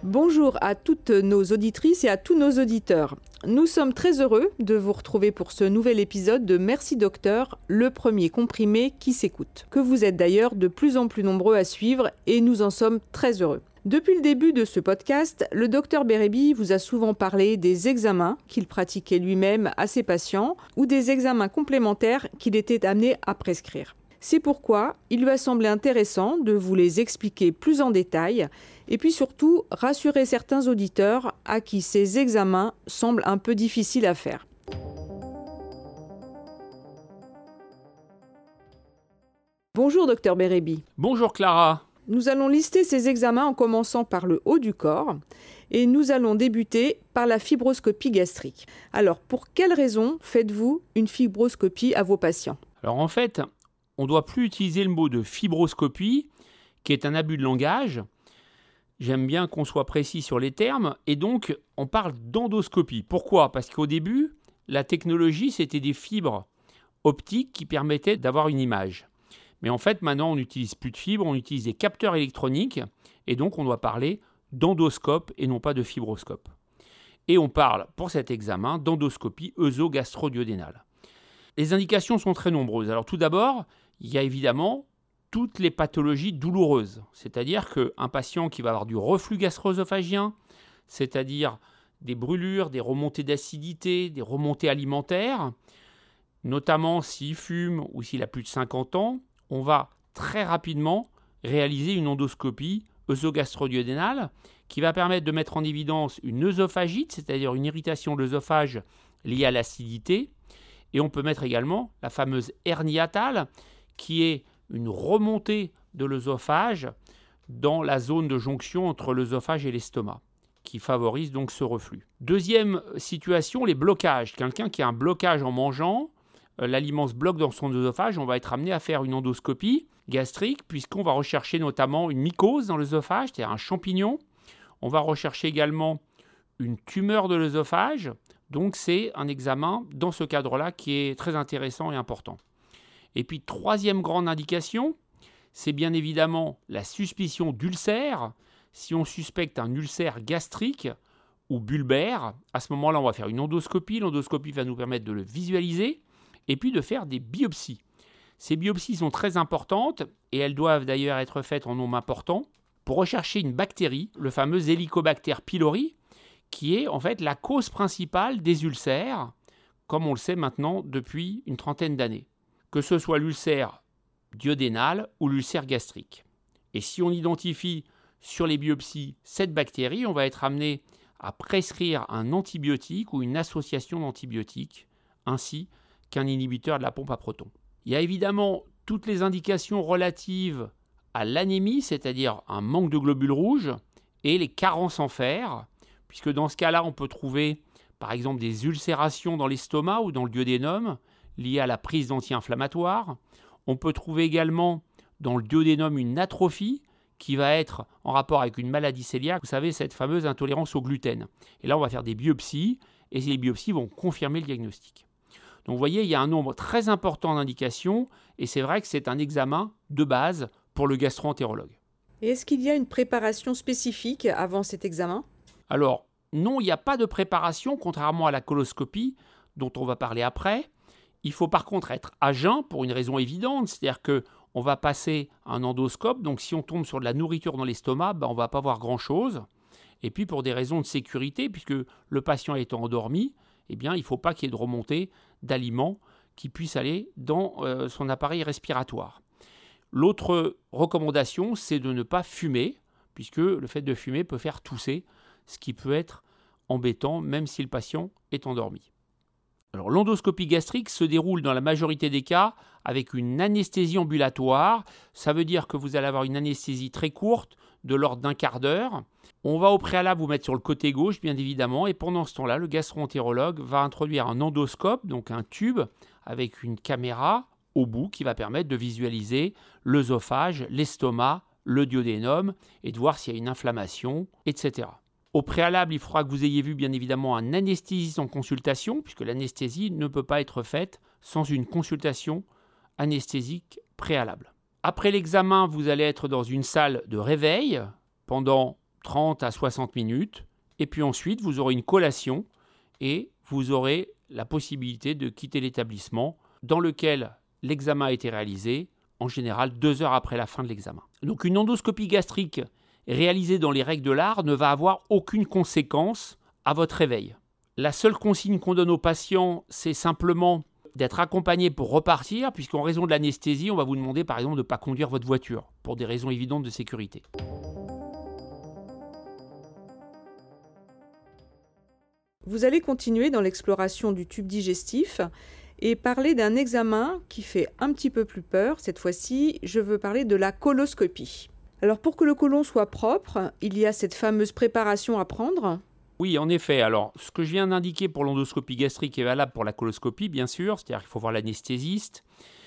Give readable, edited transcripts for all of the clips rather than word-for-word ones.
Bonjour à toutes nos auditrices et à tous nos auditeurs. Nous sommes très heureux de vous retrouver pour ce nouvel épisode de Merci Docteur, le premier comprimé qui s'écoute, que vous êtes d'ailleurs de plus en plus nombreux à suivre et nous en sommes très heureux. Depuis le début de ce podcast, le docteur Bérébi vous a souvent parlé des examens qu'il pratiquait lui-même à ses patients ou des examens complémentaires qu'il était amené à prescrire. C'est pourquoi il lui a semblé intéressant de vous les expliquer plus en détail et puis surtout rassurer certains auditeurs à qui ces examens semblent un peu difficiles à faire. Bonjour docteur Bérébi. Bonjour Clara. Nous allons lister ces examens en commençant par le haut du corps et nous allons débuter par la fibroscopie gastrique. Alors pour quelles raisons faites-vous une fibroscopie à vos patients ? Alors en fait, on ne doit plus utiliser le mot de fibroscopie, qui est un abus de langage. J'aime bien qu'on soit précis sur les termes, et donc on parle d'endoscopie. Pourquoi ? Parce qu'au début, la technologie, c'était des fibres optiques qui permettaient d'avoir une image. Mais en fait, maintenant, on n'utilise plus de fibres, on utilise des capteurs électroniques, et donc on doit parler d'endoscope et non pas de fibroscope. Et on parle, pour cet examen, d'endoscopie œsogastro-duodénale. Les indications sont très nombreuses. Alors tout d'abord, il y a évidemment toutes les pathologies douloureuses, c'est-à-dire qu'un patient qui va avoir du reflux gastro-œsophagien, c'est-à-dire des brûlures, des remontées d'acidité, des remontées alimentaires, notamment s'il fume ou s'il a plus de 50 ans, on va très rapidement réaliser une endoscopie œsogastro-duodénale qui va permettre de mettre en évidence une œsophagite, c'est-à-dire une irritation de l'œsophage liée à l'acidité, et on peut mettre également la fameuse hernie hiatale, qui est une remontée de l'œsophage dans la zone de jonction entre l'œsophage et l'estomac, qui favorise donc ce reflux. Deuxième situation, les blocages. Quelqu'un qui a un blocage en mangeant, l'aliment se bloque dans son œsophage, on va être amené à faire une endoscopie gastrique, puisqu'on va rechercher notamment une mycose dans l'œsophage, c'est-à-dire un champignon. On va rechercher également une tumeur de l'œsophage. Donc c'est un examen dans ce cadre-là qui est très intéressant et important. Et puis troisième grande indication, c'est bien évidemment la suspicion d'ulcère. Si on suspecte un ulcère gastrique ou bulbaire, à ce moment-là on va faire une endoscopie. L'endoscopie va nous permettre de le visualiser et puis de faire des biopsies. Ces biopsies sont très importantes et elles doivent d'ailleurs être faites en nombre important pour rechercher une bactérie, le fameux Helicobacter pylori, qui est en fait la cause principale des ulcères, comme on le sait maintenant depuis une trentaine d'années, que ce soit l'ulcère duodénal ou l'ulcère gastrique. Et si on identifie sur les biopsies cette bactérie, on va être amené à prescrire un antibiotique ou une association d'antibiotiques, ainsi qu'un inhibiteur de la pompe à protons. Il y a évidemment toutes les indications relatives à l'anémie, c'est-à-dire un manque de globules rouges, et les carences en fer, puisque dans ce cas-là, on peut trouver par exemple des ulcérations dans l'estomac ou dans le duodénum liées à la prise d'anti-inflammatoires. On peut trouver également dans le duodénum une atrophie qui va être en rapport avec une maladie cœliaque, vous savez, cette fameuse intolérance au gluten. Et là, on va faire des biopsies et les biopsies vont confirmer le diagnostic. Donc vous voyez, il y a un nombre très important d'indications et c'est vrai que c'est un examen de base pour le gastro-entérologue. Et est-ce qu'il y a une préparation spécifique avant cet examen ? Alors, non, il n'y a pas de préparation, contrairement à la coloscopie, dont on va parler après. Il faut par contre être à jeun pour une raison évidente, c'est-à-dire qu'on va passer un endoscope, donc si on tombe sur de la nourriture dans l'estomac, on ne va pas voir grand-chose. Et puis pour des raisons de sécurité, puisque le patient étant endormi, il ne faut pas qu'il y ait de remontée d'aliments qui puissent aller dans son appareil respiratoire. L'autre recommandation, c'est de ne pas fumer, puisque le fait de fumer peut faire tousser, ce qui peut être embêtant même si le patient est endormi. Alors, l'endoscopie gastrique se déroule dans la majorité des cas avec une anesthésie ambulatoire. Ça veut dire que vous allez avoir une anesthésie très courte, de l'ordre d'un quart d'heure. On va au préalable vous mettre sur le côté gauche, bien évidemment, et pendant ce temps-là, le gastro-entérologue va introduire un endoscope, donc un tube avec une caméra au bout qui va permettre de visualiser l'œsophage, l'estomac, le duodénum et de voir s'il y a une inflammation, etc. Au préalable, il faudra que vous ayez vu bien évidemment un anesthésiste en consultation, puisque l'anesthésie ne peut pas être faite sans une consultation anesthésique préalable. Après l'examen, vous allez être dans une salle de réveil pendant 30 à 60 minutes. Et puis ensuite, vous aurez une collation et vous aurez la possibilité de quitter l'établissement dans lequel l'examen a été réalisé, en général 2 heures après la fin de l'examen. Donc une endoscopie gastrique réalisée dans les règles de l'art ne va avoir aucune conséquence à votre réveil. La seule consigne qu'on donne aux patients, c'est simplement d'être accompagné pour repartir, puisqu'en raison de l'anesthésie, on va vous demander par exemple de ne pas conduire votre voiture, pour des raisons évidentes de sécurité. Vous allez continuer dans l'exploration du tube digestif et parler d'un examen qui fait un petit peu plus peur. Cette fois-ci, je veux parler de la coloscopie. Alors pour que le côlon soit propre, il y a cette fameuse préparation à prendre. Oui, en effet. Alors, ce que je viens d'indiquer pour l'endoscopie gastrique est valable pour la coloscopie, bien sûr. C'est-à-dire qu'il faut voir l'anesthésiste.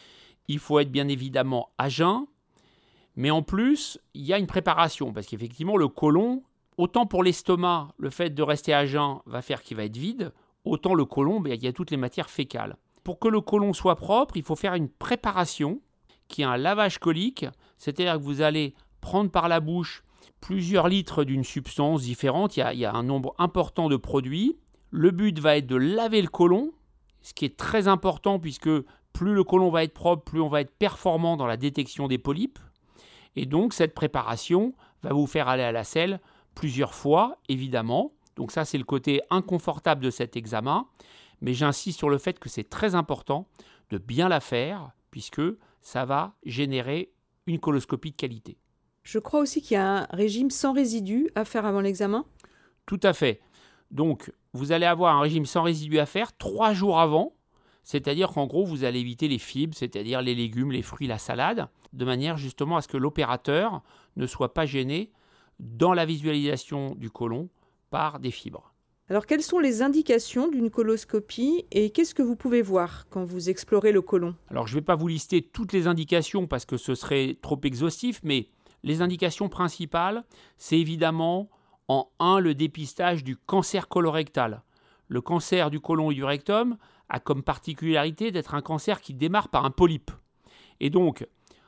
Il faut être bien évidemment à jeun. Mais en plus, il y a une préparation. Parce qu'effectivement, le côlon, autant pour l'estomac, le fait de rester à jeun va faire qu'il va être vide. Autant le côlon, il y a toutes les matières fécales. Pour que le côlon soit propre, il faut faire une préparation qui est un lavage colique. C'est-à-dire que vous allez prendre par la bouche plusieurs litres d'une substance différente, il y a un nombre important de produits. Le but va être de laver le côlon, ce qui est très important puisque plus le côlon va être propre, plus on va être performant dans la détection des polypes. Et donc cette préparation va vous faire aller à la selle plusieurs fois, évidemment. Donc ça, c'est le côté inconfortable de cet examen. Mais j'insiste sur le fait que c'est très important de bien la faire puisque ça va générer une coloscopie de qualité. Je crois aussi qu'il y a un régime sans résidus à faire avant l'examen. Tout à fait. Donc, vous allez avoir un régime sans résidus à faire 3 jours avant, c'est-à-dire qu'en gros, vous allez éviter les fibres, c'est-à-dire les légumes, les fruits, la salade, de manière justement à ce que l'opérateur ne soit pas gêné dans la visualisation du côlon par des fibres. Alors, quelles sont les indications d'une coloscopie et qu'est-ce que vous pouvez voir quand vous explorez le côlon ? Alors, je ne vais pas vous lister toutes les indications parce que ce serait trop exhaustif, mais les indications principales, c'est évidemment en 1 le dépistage du cancer colorectal. Le cancer du côlon et du rectum a comme particularité d'être un cancer qui démarre par un polype. Et donc,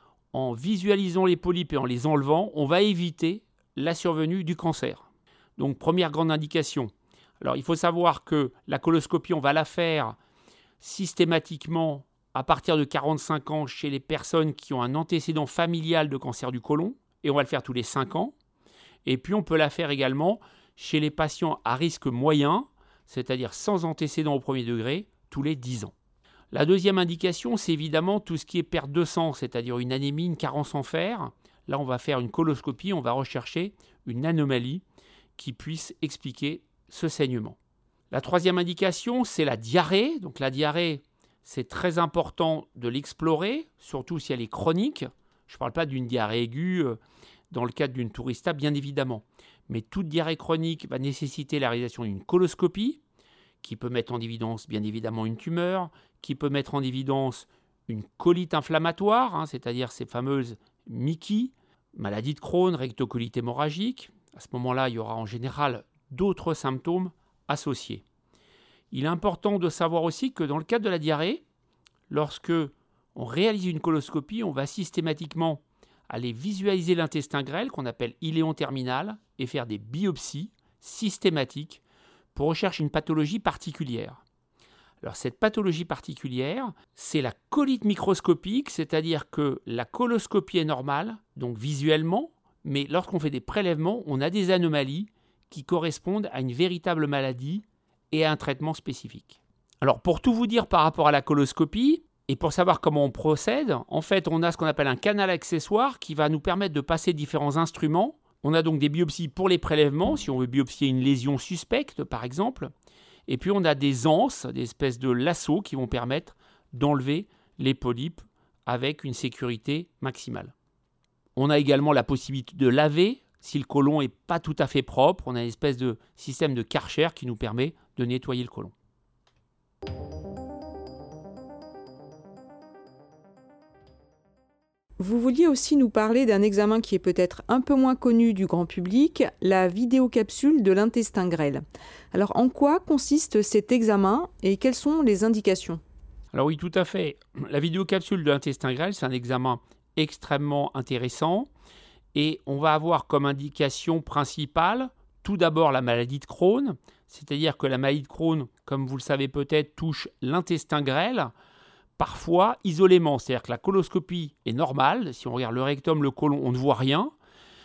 en visualisant les polypes et en les enlevant, on va éviter la survenue du cancer. Donc, première grande indication. Alors, il faut savoir que la coloscopie, on va la faire systématiquement à partir de 45 ans chez les personnes qui ont un antécédent familial de cancer du côlon. Et on va le faire tous les 5 ans. Et puis on peut la faire également chez les patients à risque moyen, c'est-à-dire sans antécédent au premier degré, tous les 10 ans. La deuxième indication, c'est évidemment tout ce qui est perte de sang, c'est-à-dire une anémie, une carence en fer. Là, on va faire une coloscopie, on va rechercher une anomalie qui puisse expliquer ce saignement. La troisième indication, c'est la diarrhée. Donc la diarrhée, c'est très important de l'explorer, surtout si elle est chronique. Je ne parle pas d'une diarrhée aiguë dans le cadre d'une tourista, bien évidemment. Mais toute diarrhée chronique va nécessiter la réalisation d'une coloscopie qui peut mettre en évidence, bien évidemment, une tumeur, qui peut mettre en évidence une colite inflammatoire, c'est-à-dire ces fameuses MICI, maladie de Crohn, rectocolite hémorragique. À ce moment-là, il y aura en général d'autres symptômes associés. Il est important de savoir aussi que dans le cadre de la diarrhée, lorsque on réalise une coloscopie, on va systématiquement aller visualiser l'intestin grêle, qu'on appelle iléon terminal, et faire des biopsies systématiques pour rechercher une pathologie particulière. Alors cette pathologie particulière, c'est la colite microscopique, c'est-à-dire que la coloscopie est normale, donc visuellement, mais lorsqu'on fait des prélèvements, on a des anomalies qui correspondent à une véritable maladie et à un traitement spécifique. Alors pour tout vous dire par rapport à la coloscopie, et pour savoir comment on procède, en fait, on a ce qu'on appelle un canal accessoire qui va nous permettre de passer différents instruments. On a donc des biopsies pour les prélèvements, si on veut biopsier une lésion suspecte, par exemple. Et puis, on a des anses, des espèces de lassos qui vont permettre d'enlever les polypes avec une sécurité maximale. On a également la possibilité de laver. Si le côlon n'est pas tout à fait propre, on a une espèce de système de Karcher qui nous permet de nettoyer le côlon. Vous vouliez aussi nous parler d'un examen qui est peut-être un peu moins connu du grand public, la vidéocapsule de l'intestin grêle. Alors en quoi consiste cet examen et quelles sont les indications ? Alors oui, tout à fait. La vidéocapsule de l'intestin grêle, c'est un examen extrêmement intéressant Et on va avoir comme indication principale tout d'abord la maladie de Crohn, c'est-à-dire que la maladie de Crohn, comme vous le savez peut-être, touche l'intestin grêle, parfois isolément, c'est-à-dire que la coloscopie est normale, si on regarde le rectum, le côlon, on ne voit rien,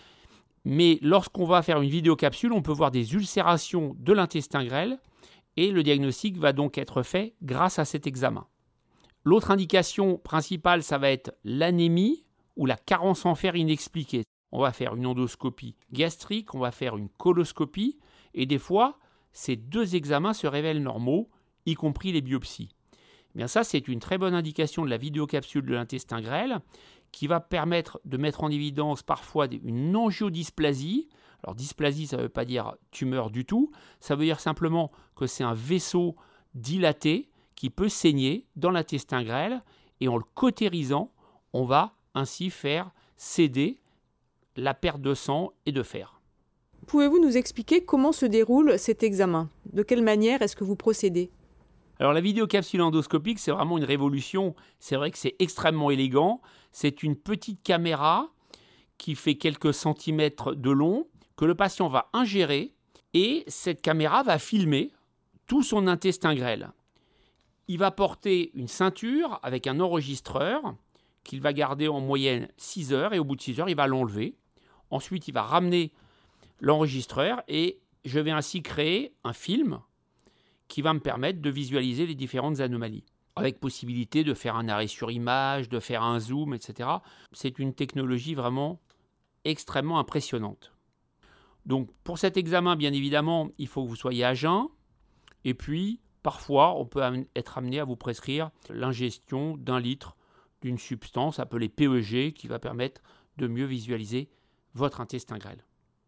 mais lorsqu'on va faire une vidéocapsule, on peut voir des ulcérations de l'intestin grêle, et le diagnostic va donc être fait grâce à cet examen. L'autre indication principale, ça va être l'anémie ou la carence en fer inexpliquée. On va faire une endoscopie gastrique, on va faire une coloscopie, et des fois, ces deux examens se révèlent normaux, y compris les biopsies. Eh bien ça, c'est une très bonne indication de la vidéocapsule de l'intestin grêle, qui va permettre de mettre en évidence parfois une angiodysplasie. Alors dysplasie, ça ne veut pas dire tumeur du tout, ça veut dire simplement que c'est un vaisseau dilaté qui peut saigner dans l'intestin grêle, et en le cautérisant, on va ainsi faire céder la perte de sang et de fer. Pouvez-vous nous expliquer comment se déroule cet examen? De quelle manière est-ce que vous procédez? Alors la vidéocapsule endoscopique, c'est vraiment une révolution. C'est vrai que c'est extrêmement élégant. C'est une petite caméra qui fait quelques centimètres de long que le patient va ingérer, et cette caméra va filmer tout son intestin grêle. Il va porter une ceinture avec un enregistreur qu'il va garder en moyenne 6 heures, et au bout de 6 heures, il va l'enlever. Ensuite, il va ramener l'enregistreur, et je vais ainsi créer un film qui va me permettre de visualiser les différentes anomalies, avec possibilité de faire un arrêt sur image, de faire un zoom, etc. C'est une technologie vraiment extrêmement impressionnante. Donc pour cet examen, bien évidemment, il faut que vous soyez à jeun, et puis parfois on peut être amené à vous prescrire l'ingestion d'1 litre d'une substance appelée PEG qui va permettre de mieux visualiser votre intestin grêle.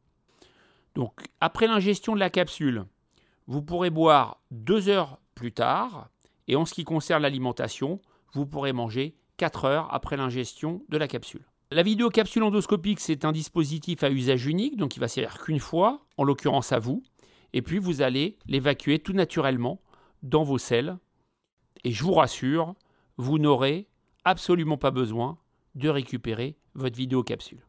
Donc après l'ingestion de la capsule, vous pourrez boire 2 heures plus tard, et en ce qui concerne l'alimentation, vous pourrez manger 4 heures après l'ingestion de la capsule. La vidéocapsule endoscopique, c'est un dispositif à usage unique, donc il va servir qu'une fois, en l'occurrence à vous, et puis vous allez l'évacuer tout naturellement dans vos selles. Et je vous rassure, vous n'aurez absolument pas besoin de récupérer votre vidéocapsule.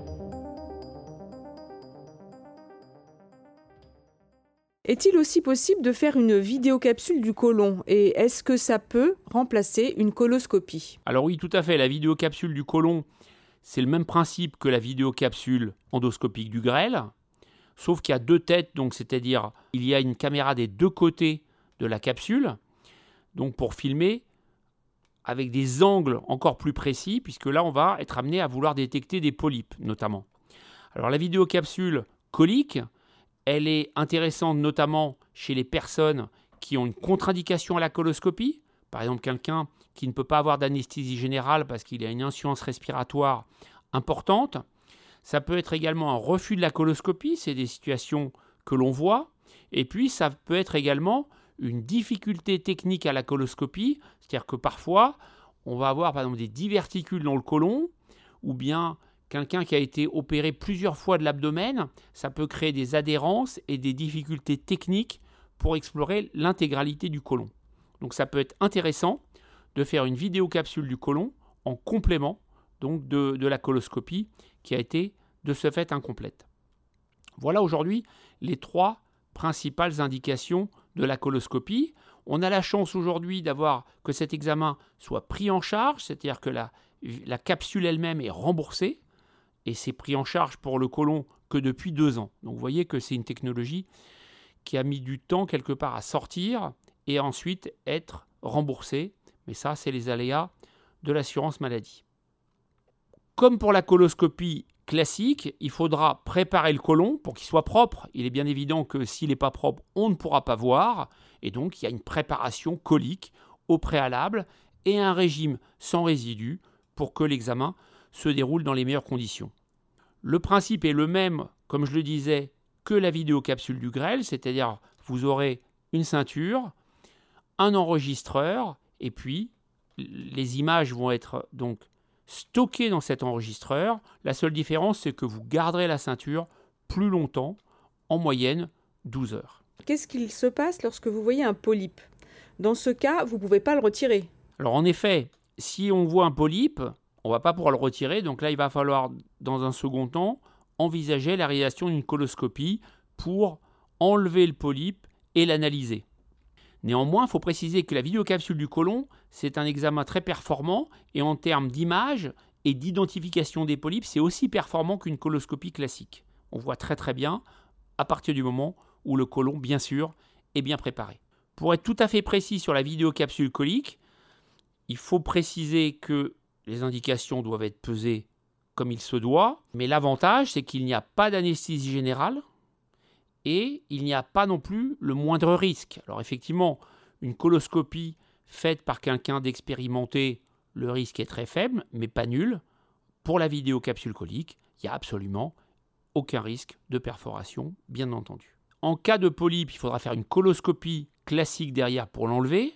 Est-il aussi possible de faire une vidéocapsule du côlon? Et est-ce que ça peut remplacer une coloscopie? Alors oui, tout à fait. La vidéocapsule du côlon, c'est le même principe que la vidéocapsule endoscopique du grêle, sauf qu'il y a 2 têtes, donc c'est-à-dire il y a une caméra des 2 côtés de la capsule, donc pour filmer avec des angles encore plus précis, puisque là on va être amené à vouloir détecter des polypes notamment. Alors la vidéocapsule colique, elle est intéressante notamment chez les personnes qui ont une contre-indication à la coloscopie, par exemple quelqu'un qui ne peut pas avoir d'anesthésie générale parce qu'il a une insuffisance respiratoire importante. Ça peut être également un refus de la coloscopie, c'est des situations que l'on voit. Et puis ça peut être également une difficulté technique à la coloscopie, c'est-à-dire que parfois on va avoir par exemple des diverticules dans le côlon, ou bien quelqu'un qui a été opéré plusieurs fois de l'abdomen, ça peut créer des adhérences et des difficultés techniques pour explorer l'intégralité du côlon. Donc ça peut être intéressant de faire une vidéocapsule du côlon en complément donc de la coloscopie qui a été de ce fait incomplète. Voilà aujourd'hui les 3 principales indications de la coloscopie. On a la chance aujourd'hui d'avoir que cet examen soit pris en charge, c'est-à-dire que la capsule elle-même est remboursée, et c'est pris en charge pour le côlon que depuis 2 ans. Donc vous voyez que c'est une technologie qui a mis du temps quelque part à sortir et ensuite être remboursée. Mais ça, c'est les aléas de l'assurance maladie. Comme pour la coloscopie classique, il faudra préparer le côlon pour qu'il soit propre. Il est bien évident que s'il n'est pas propre, on ne pourra pas voir. Et donc, il y a une préparation colique au préalable et un régime sans résidus pour que l'examen se déroule dans les meilleures conditions. Le principe est le même, comme je le disais, que la vidéocapsule du grêle, c'est-à-dire vous aurez une ceinture, un enregistreur, et puis les images vont être donc stockées dans cet enregistreur. La seule différence, c'est que vous garderez la ceinture plus longtemps, en moyenne 12 heures. Qu'est-ce qu'il se passe lorsque vous voyez un polype? Dans ce cas, vous ne pouvez pas le retirer. Alors en effet, si on voit un polype, on ne va pas pouvoir le retirer. Donc là, il va falloir, dans un second temps, envisager la réalisation d'une coloscopie pour enlever le polype et l'analyser. Néanmoins, il faut préciser que la vidéocapsule du côlon, c'est un examen très performant et en termes d'image et d'identification des polypes, c'est aussi performant qu'une coloscopie classique. On voit très très bien à partir du moment où le côlon, bien sûr, est bien préparé. Pour être tout à fait précis sur la vidéocapsule colique, il faut préciser que les indications doivent être pesées comme il se doit, mais l'avantage, c'est qu'il n'y a pas d'anesthésie générale et il n'y a pas non plus le moindre risque. Alors effectivement, une coloscopie faite par quelqu'un d'expérimenté, le risque est très faible, mais pas nul. Pour la vidéocapsule colique, il n'y a absolument aucun risque de perforation, bien entendu. En cas de polype, il faudra faire une coloscopie classique derrière pour l'enlever.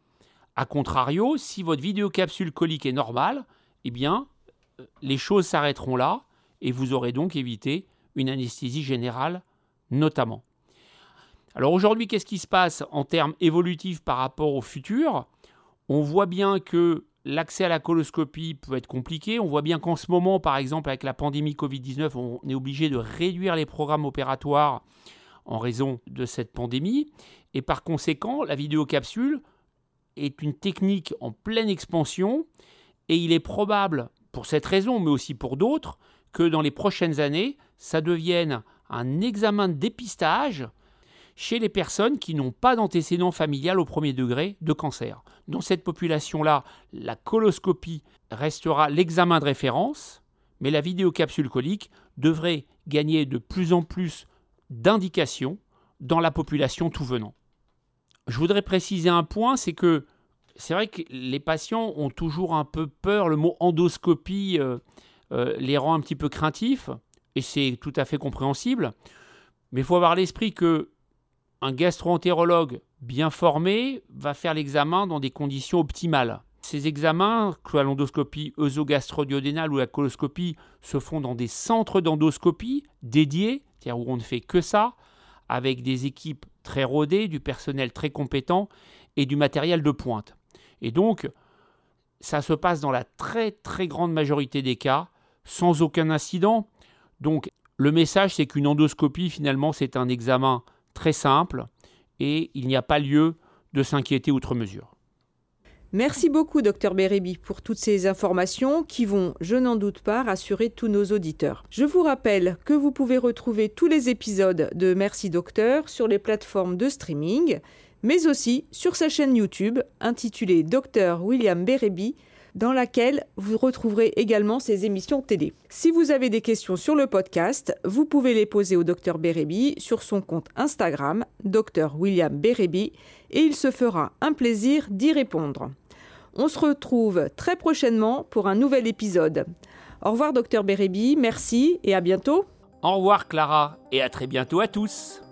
A contrario, si votre vidéocapsule colique est normale, eh bien, les choses s'arrêteront là et vous aurez donc évité une anesthésie générale notamment. Alors aujourd'hui, qu'est-ce qui se passe en termes évolutifs par rapport au futur ? On voit bien que l'accès à la coloscopie peut être compliqué. On voit bien qu'en ce moment, par exemple, avec la pandémie Covid-19, on est obligé de réduire les programmes opératoires en raison de cette pandémie. Et par conséquent, la vidéocapsule est une technique en pleine expansion et il est probable, pour cette raison, mais aussi pour d'autres, que dans les prochaines années, ça devienne un examen de dépistage chez les personnes qui n'ont pas d'antécédent familial au premier degré de cancer. Dans cette population-là, la coloscopie restera l'examen de référence, mais la vidéocapsule colique devrait gagner de plus en plus d'indications dans la population tout venant. Je voudrais préciser un point, c'est que c'est vrai que les patients ont toujours un peu peur, le mot endoscopie les rend un petit peu craintifs, et c'est tout à fait compréhensible, mais il faut avoir à l'esprit qu'un gastro-entérologue bien formé va faire l'examen dans des conditions optimales. Ces examens, que soit l'endoscopie œsogastro-duodénale ou la coloscopie, se font dans des centres d'endoscopie dédiés, c'est-à-dire où on ne fait que ça, avec des équipes très rodées, du personnel très compétent et du matériel de pointe. Et donc, ça se passe dans la très très grande majorité des cas, sans aucun incident. Donc, le message, c'est qu'une endoscopie, finalement, c'est un examen très simple et il n'y a pas lieu de s'inquiéter outre mesure. Merci beaucoup, Dr Bérébi, pour toutes ces informations qui vont, je n'en doute pas, rassurer tous nos auditeurs. Je vous rappelle que vous pouvez retrouver tous les épisodes de Merci Docteur sur les plateformes de streaming, mais aussi sur sa chaîne YouTube intitulée Dr William Bérébi, dans laquelle vous retrouverez également ses émissions télé. Si vous avez des questions sur le podcast, vous pouvez les poser au Dr Bérébi sur son compte Instagram, Dr William Bérébi, et il se fera un plaisir d'y répondre. On se retrouve très prochainement pour un nouvel épisode. Au revoir Dr Bérébi, merci et à bientôt. Au revoir Clara et à très bientôt à tous.